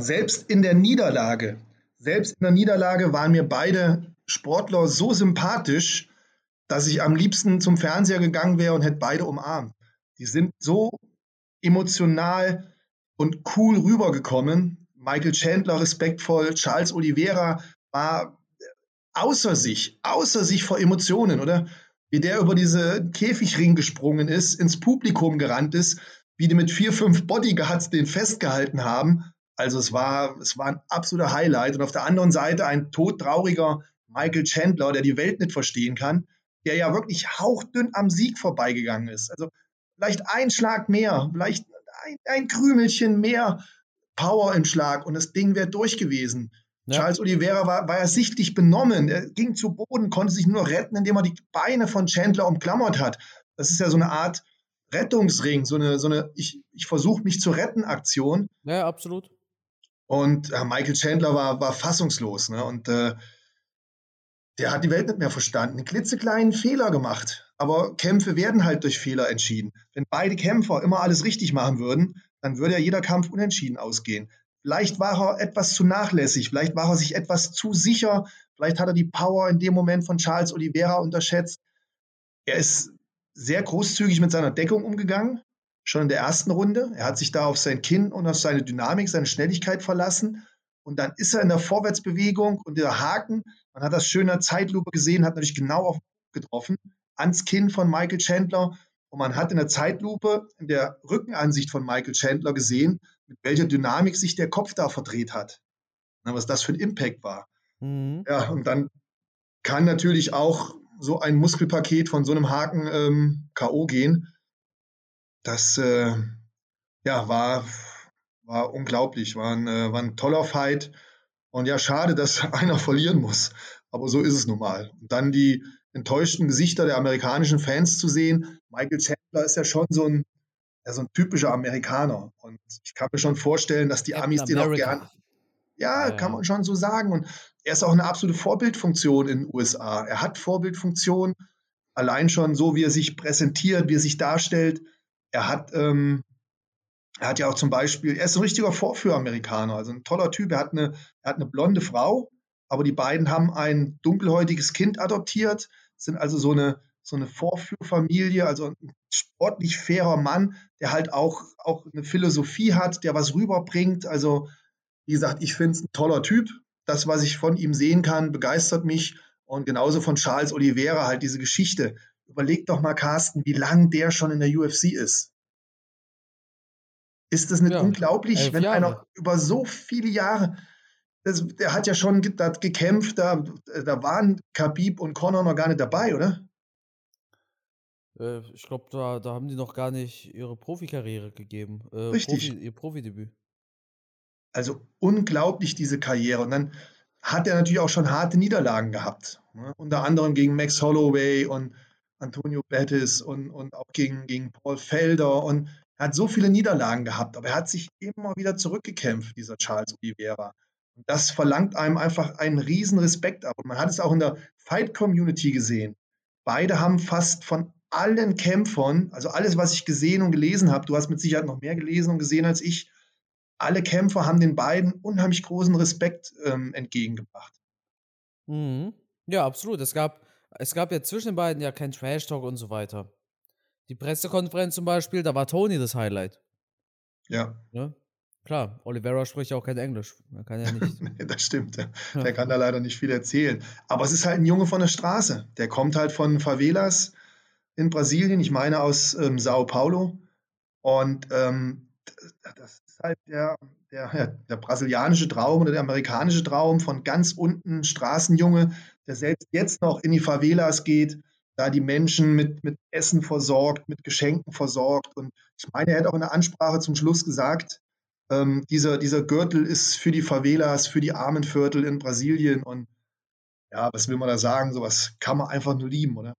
selbst in der Niederlage waren mir beide Sportler so sympathisch, dass ich am liebsten zum Fernseher gegangen wäre und hätte beide umarmt. Die sind so emotional und cool rübergekommen. Michael Chandler respektvoll, Charles Oliveira war außer sich vor Emotionen, oder? Wie der über diese Käfigring gesprungen ist, ins Publikum gerannt ist, wie die mit 4, 5 Bodyguards den festgehalten haben. Also es war ein absoluter Highlight. Und auf der anderen Seite ein todtrauriger Michael Chandler, der die Welt nicht verstehen kann, der ja wirklich hauchdünn am Sieg vorbeigegangen ist. Also vielleicht ein Schlag mehr, vielleicht ein Krümelchen mehr Power im Schlag und das Ding wäre durch gewesen. Ja. Charles Oliveira war ja sichtlich benommen. Er ging zu Boden, konnte sich nur retten, indem er die Beine von Chandler umklammert hat. Das ist ja so eine Art Rettungsring, ich versuche mich zu retten Aktion. Ja, absolut. Und Michael Chandler war fassungslos. Ne? Und der hat die Welt nicht mehr verstanden. Einen klitzekleinen Fehler gemacht. Aber Kämpfe werden halt durch Fehler entschieden. Wenn beide Kämpfer immer alles richtig machen würden, dann würde ja jeder Kampf unentschieden ausgehen. Vielleicht war er etwas zu nachlässig, vielleicht war er sich etwas zu sicher, vielleicht hat er die Power in dem Moment von Charles Oliveira unterschätzt. Er ist sehr großzügig mit seiner Deckung umgegangen, schon in der ersten Runde. Er hat sich da auf sein Kinn und auf seine Dynamik, seine Schnelligkeit verlassen. Und dann ist er in der Vorwärtsbewegung und der Haken, man hat das schön in der Zeitlupe gesehen, hat natürlich genau auf den Punkt getroffen, ans Kinn von Michael Chandler. Und man hat in der Zeitlupe in der Rückenansicht von Michael Chandler gesehen, mit welcher Dynamik sich der Kopf da verdreht hat. Na, was das für ein Impact war. Mhm. Ja, und dann kann natürlich auch so ein Muskelpaket von so einem Haken K.O. gehen. Das ja, war unglaublich, war ein toller Fight. Und ja, schade, dass einer verlieren muss. Aber so ist es nun mal. Und dann die enttäuschten Gesichter der amerikanischen Fans zu sehen. Michael Chandler ist ja, so ein typischer Amerikaner. Und ich kann mir schon vorstellen, dass die Captain Amis den auch gern, America. ja, Ja, kann ja. man schon so sagen. Und er ist auch eine absolute Vorbildfunktion in den USA. Er hat Vorbildfunktion, allein schon so, wie er sich präsentiert, wie er sich darstellt. Er hat, er hat ja auch zum Beispiel, er ist ein richtiger Vorführamerikaner, also ein toller Typ. Er hat eine blonde Frau, aber die beiden haben ein dunkelhäutiges Kind adoptiert, sind also so eine Vorführfamilie, also ein sportlich fairer Mann, der halt auch eine Philosophie hat, der was rüberbringt. Also wie gesagt, ich finde es ein toller Typ. Das, was ich von ihm sehen kann, begeistert mich. Und genauso von Charles Oliveira halt diese Geschichte. Überleg doch mal, Carsten, wie lang der schon in der UFC ist. Ist das nicht Ja, unglaublich, 11 wenn Jahre. einer über so viele Jahre, der hat ja schon gekämpft, da waren Khabib und Conor noch gar nicht dabei, oder? Ich glaube, da haben die noch gar nicht ihre Profikarriere gegeben. Richtig. Ihr Profidebüt. Also unglaublich diese Karriere. Und dann hat er natürlich auch schon harte Niederlagen gehabt. Ne? Unter anderem gegen Max Holloway und Antonio Bettis und auch gegen Paul Felder. Und er hat so viele Niederlagen gehabt, aber er hat sich immer wieder zurückgekämpft, dieser Charles Oliveira. Und das verlangt einem einfach einen riesen Respekt ab. Und man hat es auch in der Fight-Community gesehen. Beide haben fast von allen Kämpfern, also alles, was ich gesehen und gelesen habe, du hast mit Sicherheit noch mehr gelesen und gesehen als ich, alle Kämpfer haben den beiden unheimlich großen Respekt entgegengebracht. Mhm. Ja, absolut. Es gab ja zwischen den beiden ja kein Trash-Talk und so weiter. Die Pressekonferenz zum Beispiel, da war Tony das Highlight. Ja, Ne? Klar, Oliveira spricht ja auch kein Englisch. Er kann ja nicht. Das stimmt, ja. Der kann da leider nicht viel erzählen. Aber es ist halt ein Junge von der Straße. Der kommt halt von Favelas in Brasilien, ich meine aus Sao Paulo. Und das ist halt der brasilianische Traum oder der amerikanische Traum von ganz unten Straßenjunge, der selbst jetzt noch in die Favelas geht, da die Menschen mit Essen versorgt, mit Geschenken versorgt. Und ich meine, er hat auch in der Ansprache zum Schluss gesagt, dieser Gürtel ist für die Favelas, für die Armenviertel in Brasilien. Und ja, was will man da sagen? Sowas kann man einfach nur lieben, oder?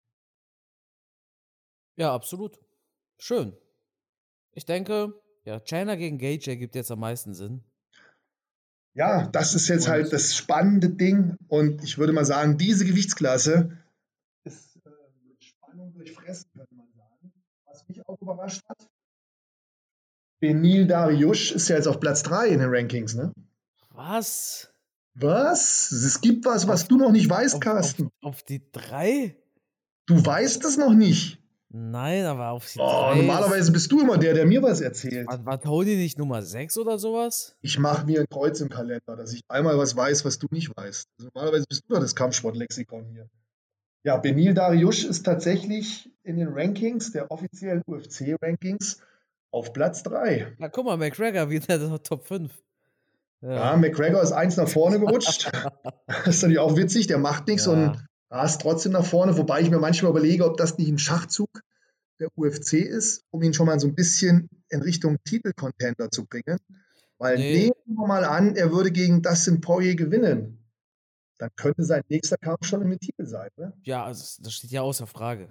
Ja, absolut. Schön. Ich denke, ja, Chandler gegen Gage ergibt jetzt am meisten Sinn. Ja, das ist jetzt halt Und das spannende Ding. Und ich würde mal sagen, diese Gewichtsklasse ist mit Spannung durchfressen, könnte man sagen. Was mich auch überrascht hat, Benil Dariush ist ja jetzt auf Platz 3 in den Rankings, ne? was? Was? Es gibt was, was Auf, du noch nicht weißt, auf Carsten. die 3? Du weißt es noch nicht. Nein, aber auf die Oh, 3 ist. normalerweise bist du immer der, der mir was erzählt. War Tony nicht Nummer 6 oder sowas? Ich mache mir ein Kreuz im Kalender, dass ich einmal was weiß, was du nicht weißt. Also normalerweise bist du doch das Kampfsportlexikon hier. Ja, Benil Dariush ist tatsächlich in den Rankings, der offiziellen UFC-Rankings, auf Platz 3. Na, guck mal, McGregor wieder der Top 5. Ja. Ja, McGregor ist eins nach vorne gerutscht. Das ist natürlich auch witzig, der macht nichts und Ja. rast trotzdem nach vorne, wobei ich mir manchmal überlege, ob das nicht ein Schachzug der UFC ist, um ihn schon mal so ein bisschen in Richtung Titelcontender zu bringen. Weil Nee, nehmen wir mal an, er würde gegen Dustin Poirier gewinnen, dann könnte sein nächster Kampf schon im Titel sein, ne? ja, also, das steht ja außer Frage.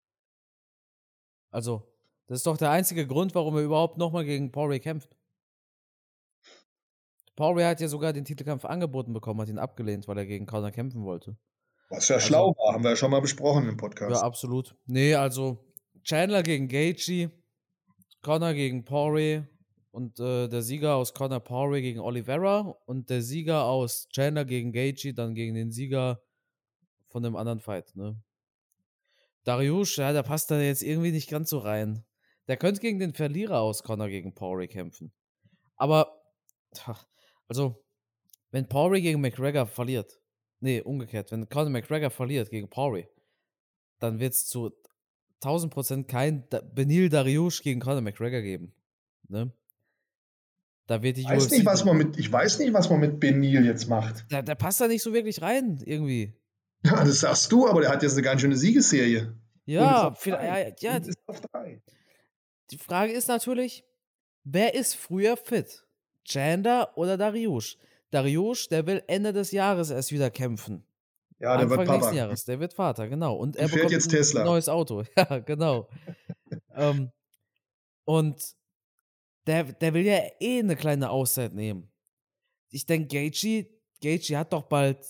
Also, das ist doch der einzige Grund, warum er überhaupt nochmal gegen Poirier kämpft. Poirier hat ja sogar den Titelkampf angeboten bekommen, hat ihn abgelehnt, weil er gegen Conor kämpfen wollte. Was ja Also, schlau war, haben wir ja schon mal besprochen im ja, Podcast. absolut. Nee, also Chandler gegen Gaethje, Conor gegen Poirier und der Sieger aus Conor Poirier gegen Oliveira und der Sieger aus Chandler gegen Gaethje dann gegen den Sieger von dem anderen Fight, ne? Dariush, ja, der passt da jetzt irgendwie nicht ganz so rein. Der könnte gegen den Verlierer aus Conor gegen Poirier kämpfen. Aber, also, wenn Poirier gegen McGregor verliert, nee, umgekehrt, wenn Conor McGregor verliert gegen Poirier, dann wird es zu 1000% kein Benil Dariush gegen Conor McGregor geben. Ne? Da wird die Weiß nicht, UFC. was man mit, ich weiß nicht, was man mit Benil jetzt macht. Der passt da nicht so wirklich rein, irgendwie. Ja, das sagst du, aber der hat jetzt eine ganz schöne Siegesserie. Und ist Ja, auf 3. ja, Und ist auf 3. die Frage ist natürlich, wer ist früher fit? Chandler oder Dariush? Dariush, der will Ende des Jahres erst wieder kämpfen. Ja, der wird Anfang nächsten Papa. Jahres, der wird Vater, genau. Und Und er fährt bekommt jetzt ein Tesla. neues Auto. Ja, genau. ähm, und der will ja eh eine kleine Auszeit nehmen. Ich denke, Gaethje hat doch bald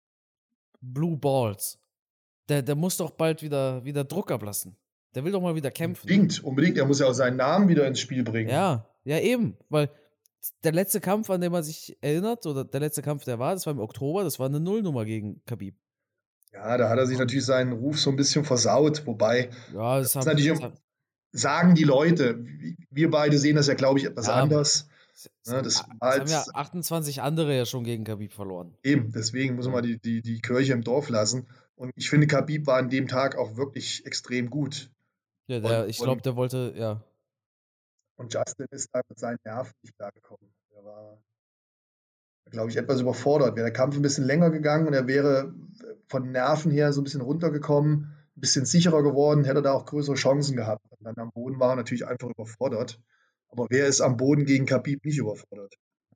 Blue Balls. Der muss doch bald wieder Druck ablassen. Der will doch mal wieder kämpfen. Unbedingt, unbedingt. Er muss ja auch seinen Namen wieder ins Spiel bringen. Ja, eben. Weil der letzte Kampf, an den man sich erinnert, oder der letzte Kampf, der war, das war im Oktober, das war eine Nullnummer gegen Khabib. Ja, da hat er sich Und natürlich seinen Ruf so ein bisschen versaut. Wobei, ja, das ist natürlich, sagen die Leute, wir beide sehen das ja, glaube ich, etwas ja, anders. Ne, das war es haben ja jetzt 28 andere ja schon gegen Khabib verloren. eben, deswegen muss man Ja. die Kirche im Dorf lassen. Und ich finde, Khabib war an dem Tag auch wirklich extrem gut. Ja, Und, ich glaube, und, der wollte, ja. und Justin ist da mit seinen Nerven nicht klargekommen. Er war, glaube ich, etwas überfordert. Wäre der Kampf ein bisschen länger gegangen und er wäre von Nerven her so ein bisschen runtergekommen, ein bisschen sicherer geworden, hätte er da auch größere Chancen gehabt. Und dann am Boden war er natürlich einfach überfordert. Aber wer ist am Boden gegen Khabib nicht überfordert?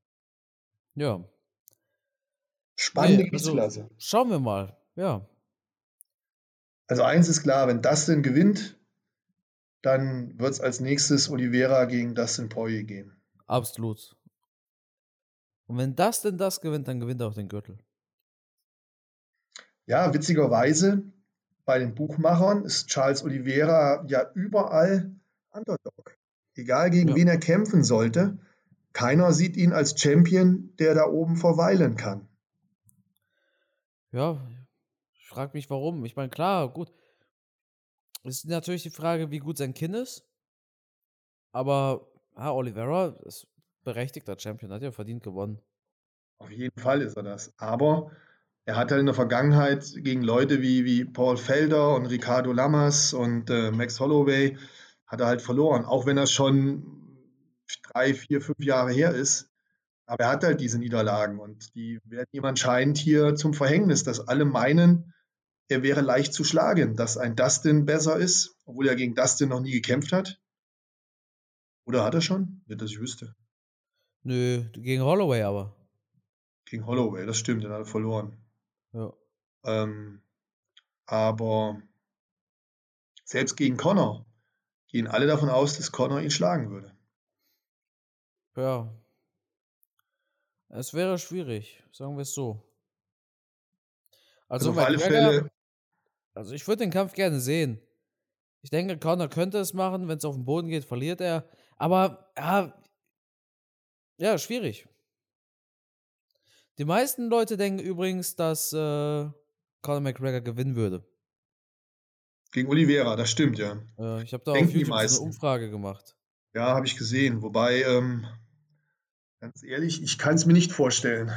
Ja. Spannende Nee, also Gewichtsklasse. schauen wir mal. Ja, Also eins ist klar, wenn Dustin gewinnt, dann wird es als nächstes Oliveira gegen Dustin Poirier gehen. absolut. Und wenn das denn das gewinnt, dann gewinnt er auch den Gürtel. Ja, witzigerweise bei den Buchmachern ist Charles Oliveira ja überall Underdog. Egal gegen Ja. wen er kämpfen sollte, keiner sieht ihn als Champion, der da oben verweilen kann. Ja, ich frage mich warum. Ich meine, klar, gut. Es ist natürlich die Frage, wie gut sein Kinn ist. Aber ja, Oliveira, berechtigter Champion, hat ja verdient gewonnen. Auf jeden Fall ist er das. Aber er hat halt in der Vergangenheit gegen Leute wie Paul Felder und Ricardo Lamas und Max Holloway hat er halt verloren. Auch wenn das schon 3, 4, 5 Jahre her ist. Aber er hat halt diese Niederlagen und die werden ihm anscheinend hier zum Verhängnis, dass alle meinen, er wäre leicht zu schlagen, dass ein Dustin besser ist, obwohl er gegen Dustin noch nie gekämpft hat. Oder hat er schon? Nicht, dass ich wüsste. Nö, gegen Holloway aber. Gegen Holloway, das stimmt, den hat er verloren. Ja. Aber selbst gegen Conor gehen alle davon aus, dass Conor ihn schlagen würde. Ja. Es wäre schwierig, sagen wir es so. Also auf alle Fälle. Also ich würde den Kampf gerne sehen. Ich denke, Conor könnte es machen, wenn es auf den Boden geht, verliert er. Aber ja, schwierig. Die meisten Leute denken übrigens, dass Conor McGregor gewinnen würde. Gegen Oliveira, das stimmt, ja. Ich habe da Denken auf die YouTube so eine meisten. Umfrage gemacht. Ja, habe ich gesehen. Wobei, ganz ehrlich, ich kann es mir nicht vorstellen.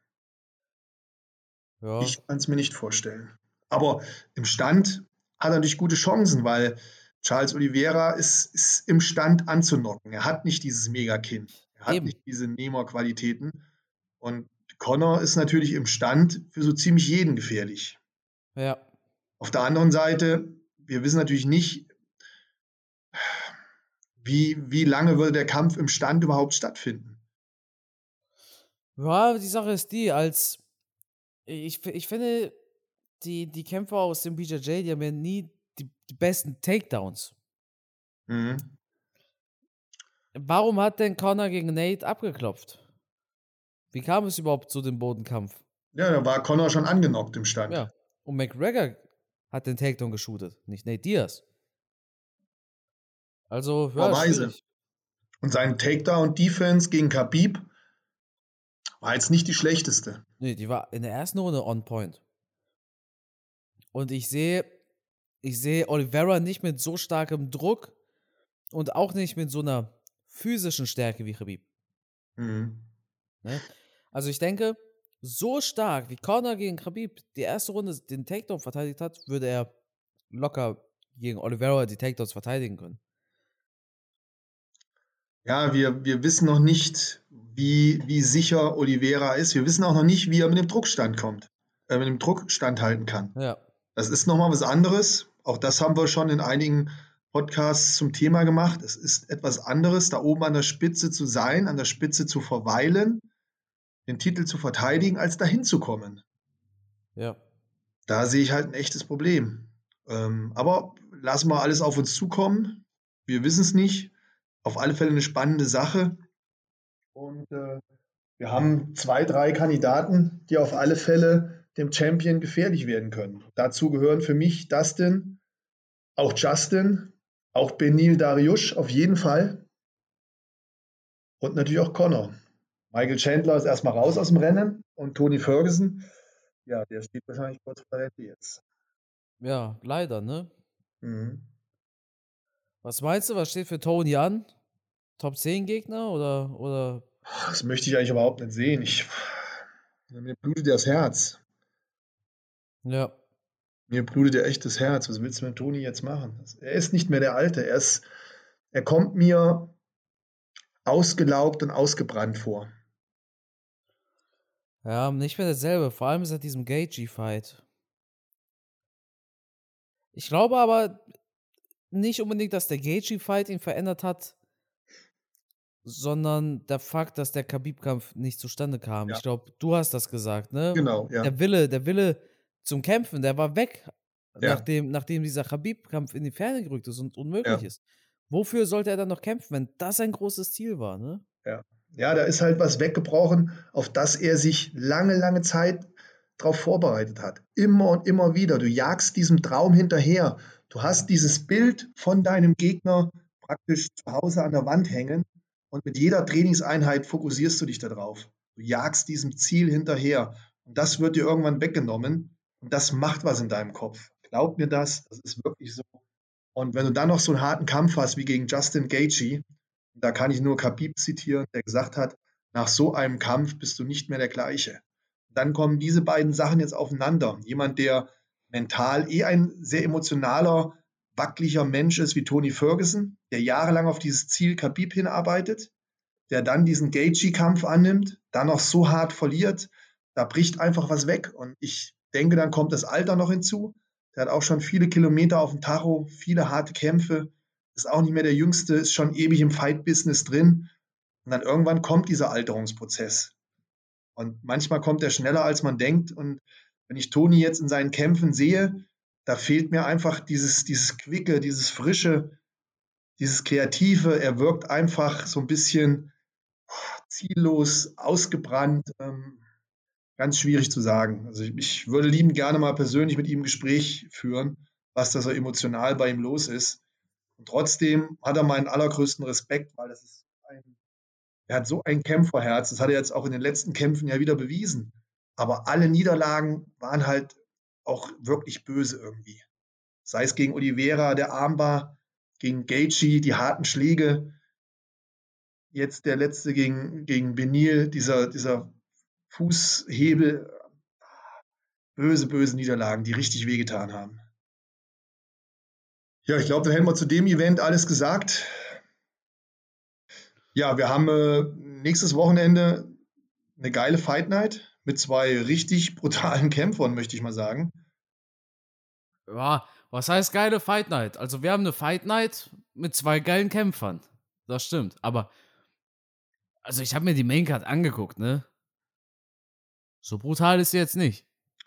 Ja, Ich kann es mir nicht vorstellen. Aber im Stand hat er natürlich gute Chancen, weil Charles Oliveira ist im Stand anzunocken. Er hat nicht dieses Mega-Kinn. Er hat eben. nicht diese Nemo-Qualitäten. Und Conor ist natürlich im Stand für so ziemlich jeden gefährlich. Ja. Auf der anderen Seite, wir wissen natürlich nicht, wie lange würde der Kampf im Stand überhaupt stattfinden. Ja, die Sache ist die, ich finde, die Kämpfer aus dem BJJ, die haben ja nie die besten Takedowns. Mhm. Warum hat denn Conor gegen Nate abgeklopft? Wie kam es überhaupt zu dem Bodenkampf? Ja, da war Conor schon angenockt im Stand. Ja. Und McGregor hat den Takedown geshootet, nicht Nate Diaz. Also, ja, Weise. schwierig. Und sein Takedown-Defense gegen Khabib war jetzt nicht die schlechteste. Nee, die war in der ersten Runde on point. Und ich sehe Oliveira nicht mit so starkem Druck und auch nicht mit so einer physischen Stärke wie Khabib. Mhm. Ne? Also ich denke, so stark wie Conor gegen Khabib die erste Runde den Takedown verteidigt hat, würde er locker gegen Oliveira die Takedowns verteidigen können. Ja, wir wissen noch nicht, wie sicher Oliveira ist. Wir wissen auch noch nicht, wie er mit dem Druckstand kommt, mit dem Druck standhalten kann. Ja. Das ist nochmal was anderes. Auch das haben wir schon in einigen Podcasts zum Thema gemacht. Es ist etwas anderes, da oben an der Spitze zu sein, an der Spitze zu verweilen, den Titel zu verteidigen, als dahin zu kommen. Ja. Da sehe ich halt ein echtes Problem. Aber lassen wir alles auf uns zukommen. Wir wissen es nicht. Auf alle Fälle eine spannende Sache. Und wir haben 2, 3 Kandidaten, die auf alle Fälle dem Champion gefährlich werden können. Dazu gehören für mich Dustin, auch Justin, auch Beneil Dariush auf jeden Fall. Und natürlich auch Conor. Michael Chandler ist erstmal raus aus dem Rennen und Tony Ferguson, ja, der steht wahrscheinlich kurz vor der Rente jetzt. Ja, leider, ne? Mhm. Was meinst du, was steht für Tony an? Top 10 Gegner oder? Das möchte ich eigentlich überhaupt nicht sehen. Mir blutet das Herz. Ja. Mir blutet ja echt das Herz. Was willst du mit Toni jetzt machen? Er ist nicht mehr der Alte. Er kommt mir ausgelaugt und ausgebrannt vor. Ja, nicht mehr dasselbe, vor allem seit diesem Gaethje-Fight. Ich glaube aber nicht unbedingt, dass der Gaethje-Fight ihn verändert hat, sondern der Fakt, dass der Khabib-Kampf nicht zustande kam. Ja. Ich glaube, du hast das gesagt, ne? Genau, ja. Der Wille zum Kämpfen, der war weg, Ja. nachdem dieser Khabib-Kampf in die Ferne gerückt ist und unmöglich Ja. ist. Wofür sollte er dann noch kämpfen, wenn das ein großes Ziel war, ne? Ja. Ja, da ist halt was weggebrochen, auf das er sich lange, lange Zeit drauf vorbereitet hat. Immer und immer wieder. Du jagst diesem Traum hinterher. Du hast dieses Bild von deinem Gegner praktisch zu Hause an der Wand hängen und mit jeder Trainingseinheit fokussierst du dich darauf. Du jagst diesem Ziel hinterher und das wird dir irgendwann weggenommen und das macht was in deinem Kopf. Glaub mir das ist wirklich so. Und wenn du dann noch so einen harten Kampf hast wie gegen Justin Gaethje, Da kann ich nur Khabib zitieren, der gesagt hat, nach so einem Kampf bist du nicht mehr der gleiche. Dann kommen diese beiden Sachen jetzt aufeinander. Jemand, der mental ein sehr emotionaler, wackeliger Mensch ist wie Tony Ferguson, der jahrelang auf dieses Ziel Khabib hinarbeitet, der dann diesen Gaethje-Kampf annimmt, dann noch so hart verliert, da bricht einfach was weg. Und ich denke, dann kommt das Alter noch hinzu. Der hat auch schon viele Kilometer auf dem Tacho, viele harte Kämpfe, ist auch nicht mehr der Jüngste, ist schon ewig im Fight-Business drin. Und dann irgendwann kommt dieser Alterungsprozess. Und manchmal kommt er schneller, als man denkt. Und wenn ich Toni jetzt in seinen Kämpfen sehe, da fehlt mir einfach dieses Quicke, dieses Frische, dieses Kreative. Er wirkt einfach so ein bisschen ziellos, ausgebrannt. Ganz schwierig zu sagen. Also ich würde liebend gerne mal persönlich mit ihm ein Gespräch führen, was da so emotional bei ihm los ist. Und trotzdem hat er meinen allergrößten Respekt, weil er hat so ein Kämpferherz. Das hat er jetzt auch in den letzten Kämpfen ja wieder bewiesen. Aber alle Niederlagen waren halt auch wirklich böse irgendwie. Sei es gegen Oliveira, der Armbar, gegen Gaethje, die harten Schläge. Jetzt der letzte gegen Benil, dieser Fußhebel. Böse, böse Niederlagen, die richtig wehgetan haben. Ja, ich glaube, dann hätten wir zu dem Event alles gesagt. Ja, wir haben nächstes Wochenende eine geile Fight Night mit zwei richtig brutalen Kämpfern, möchte ich mal sagen. Ja, was heißt geile Fight Night? Also wir haben eine Fight Night mit 2 geilen Kämpfern. Das stimmt. Aber, also ich habe mir die Maincard angeguckt, ne? So brutal ist sie jetzt nicht.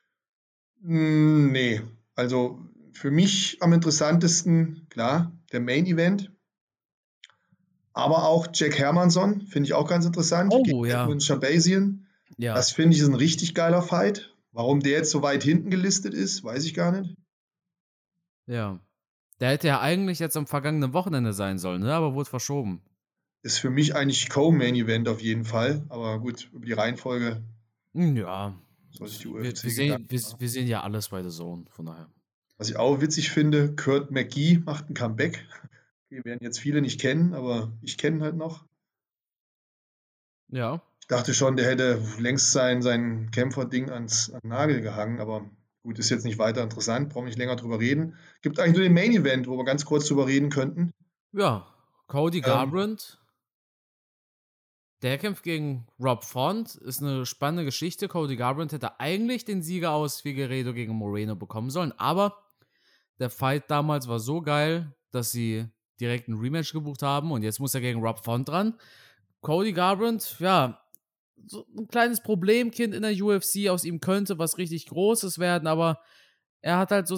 Nee, also für mich am interessantesten, klar, der Main Event. Aber auch Jack Hermansson finde ich auch ganz interessant gegen Oh, ja. Edmund Shabazian. Ja. Das finde ich ist ein richtig geiler Fight. Warum der jetzt so weit hinten gelistet ist, weiß ich gar nicht. Ja. Der hätte ja eigentlich jetzt am vergangenen Wochenende sein sollen, ne? Aber wurde verschoben. Ist für mich eigentlich Co-Main Event auf jeden Fall. Aber gut, über die Reihenfolge Ja. soll sich die Wir, UFC wir, Gedanken sehen, wir, machen. wir sehen ja alles bei The Zone, von daher. Was ich auch witzig finde, Kurt McGee macht ein Comeback. Okay, werden jetzt viele nicht kennen, aber ich kenne ihn halt noch. Ja. Ich dachte schon, der hätte längst sein Kämpferding an Nagel gehangen, aber gut, ist jetzt nicht weiter interessant, brauchen wir nicht länger drüber reden. Gibt eigentlich nur den Main Event, wo wir ganz kurz drüber reden könnten. Ja. Cody Ähm, Garbrandt, der kämpft gegen Rob Font. Ist eine spannende Geschichte. Cody Garbrandt hätte eigentlich den Sieger aus Figueiredo gegen Moreno bekommen sollen, aber der Fight damals war so geil, dass sie direkt ein Rematch gebucht haben und jetzt muss er gegen Rob Font dran. Cody Garbrandt, ja, so ein kleines Problemkind in der UFC. Aus ihm könnte was richtig Großes werden, aber er hat halt so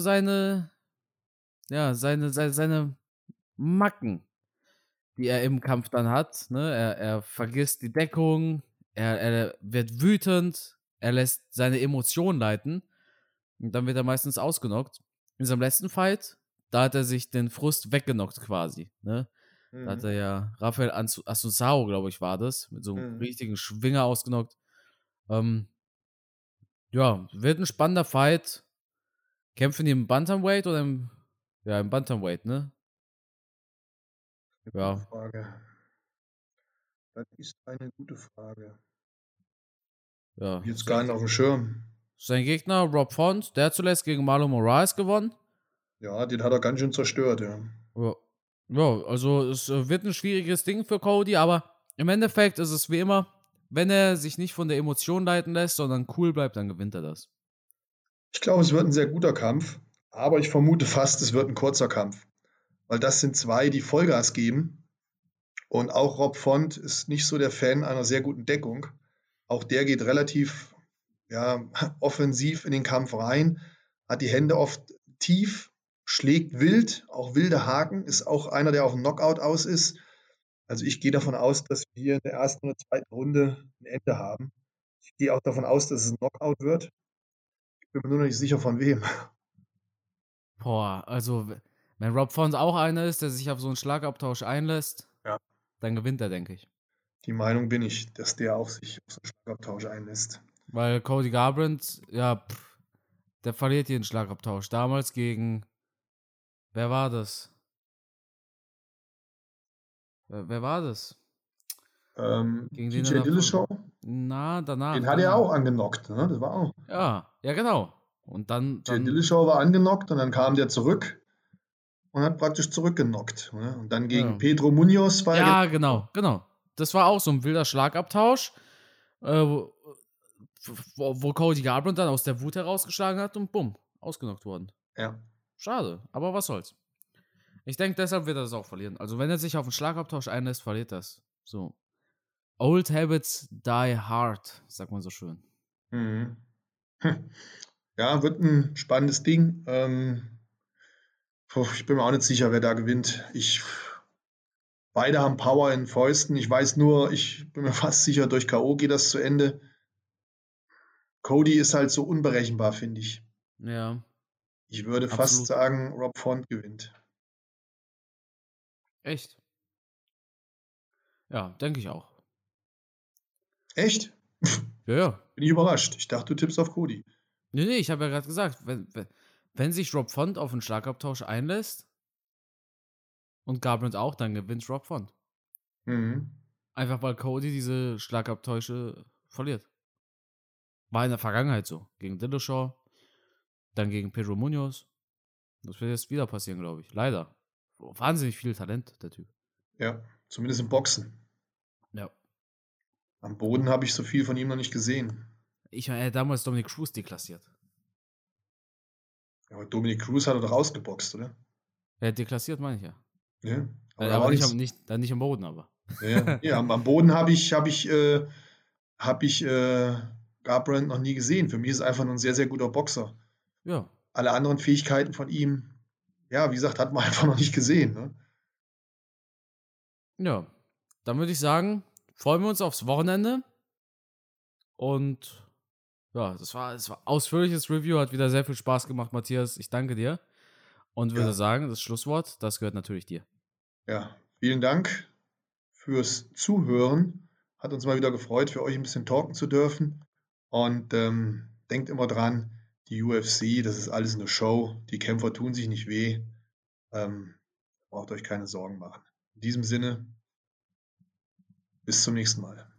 seine Macken, die er im Kampf dann hat. Ne? Er vergisst die Deckung, er wird wütend, er lässt seine Emotionen leiten und dann wird er meistens ausgenockt. In seinem letzten Fight, da hat er sich den Frust weggenockt quasi. Ne? Da hat mhm, er ja Rafael Assunção, glaube ich, war das, mit so einem mhm. richtigen Schwinger ausgenockt. Ähm, ja, wird ein spannender Fight. Kämpfen die im Bantamweight oder im Bantamweight, ne? Eine gute Ja, Frage. Das ist eine gute Frage. ja. Jetzt gar nicht auf dem Schirm. Sein Gegner, Rob Font, der hat zuletzt gegen Marlon Moraes gewonnen. Ja, den hat er ganz schön zerstört, ja. Ja, ja, also es wird ein schwieriges Ding für Cody, aber im Endeffekt ist es wie immer, wenn er sich nicht von der Emotion leiten lässt, sondern cool bleibt, dann gewinnt er das. Ich glaube, es wird ein sehr guter Kampf, aber ich vermute fast, es wird ein kurzer Kampf, weil das sind zwei, die Vollgas geben. Und auch Rob Font ist nicht so der Fan einer sehr guten Deckung. Auch der geht relativ ja, offensiv in den Kampf rein, hat die Hände oft tief, schlägt wild, auch wilde Haken, ist auch einer, der auf einen Knockout aus ist. Also ich gehe davon aus, dass wir hier in der ersten oder zweiten Runde ein Ende haben. Ich gehe auch davon aus, dass es ein Knockout wird. Ich bin mir nur noch nicht sicher von wem. Boah, also wenn Rob Font auch einer ist, der sich auf so einen Schlagabtausch einlässt, Ja. dann gewinnt er, denke ich. Die Meinung bin ich, dass der auf sich auf so einen Schlagabtausch einlässt. Weil Cody Garbrandt, ja, der verliert hier einen Schlagabtausch. Damals gegen, wer war das? Wer war das? Gegen den TJ Dillashaw, danach. den hat er auch angenockt, ne? Das war auch. Ja, genau. Und TJ dann Dillashaw war angenockt und dann kam der zurück und hat praktisch zurückgenockt. Ne? Und dann gegen ja. Pedro Munoz war er Ja, genau. Das war auch so ein wilder Schlagabtausch, wo Cody Garbrandt dann aus der Wut herausgeschlagen hat und bumm, ausgenockt worden. Ja. Schade, aber was soll's. Ich denke, deshalb wird er das auch verlieren. Also, wenn er sich auf einen Schlagabtausch einlässt, verliert das. So. Old habits die hard, sagt man so schön. Mhm. Ja, wird ein spannendes Ding. Ich bin mir auch nicht sicher, wer da gewinnt. Beide haben Power in Fäusten. Ich weiß nur, ich bin mir fast sicher, durch K.O. geht das zu Ende. Cody ist halt so unberechenbar, finde ich. Ja. Ich würde Absolut. fast sagen, Rob Font gewinnt. Echt? Ja, denke ich auch. Echt? Ja. Bin ich überrascht. Ich dachte, du tippst auf Cody. Nee, ich habe ja gerade gesagt, wenn sich Rob Font auf einen Schlagabtausch einlässt und Garbrandt auch, dann gewinnt Rob Font. Mhm. Einfach weil Cody diese Schlagabtäusche verliert. War in der Vergangenheit so. Gegen Dillashaw, dann gegen Pedro Munoz. Das wird jetzt wieder passieren, glaube ich. Leider. Wahnsinnig viel Talent, der Typ. Ja, zumindest im Boxen. Ja. Am Boden habe ich so viel von ihm noch nicht gesehen. Ich meine, er hat damals Dominic Cruz deklassiert. Ja, aber Dominic Cruz hat er doch ausgeboxt, oder? Er hat deklassiert, meine ich ja. Ja, Aber nicht am Boden, aber. Ja, am Boden habe ich Garbrandt noch nie gesehen. Für mich ist es einfach nur ein sehr, sehr guter Boxer. Ja. Alle anderen Fähigkeiten von ihm, ja, wie gesagt, hat man einfach noch nicht gesehen. Ne? Ja. Dann würde ich sagen, freuen wir uns aufs Wochenende. Und ja, das war ausführliches Review, hat wieder sehr viel Spaß gemacht, Matthias. Ich danke dir. Und würde sagen, das Schlusswort, das gehört natürlich dir. Ja, vielen Dank fürs Zuhören. Hat uns mal wieder gefreut, für euch ein bisschen talken zu dürfen. Und denkt immer dran, die UFC, das ist alles eine Show. Die Kämpfer tun sich nicht weh. Braucht euch keine Sorgen machen. In diesem Sinne, bis zum nächsten Mal.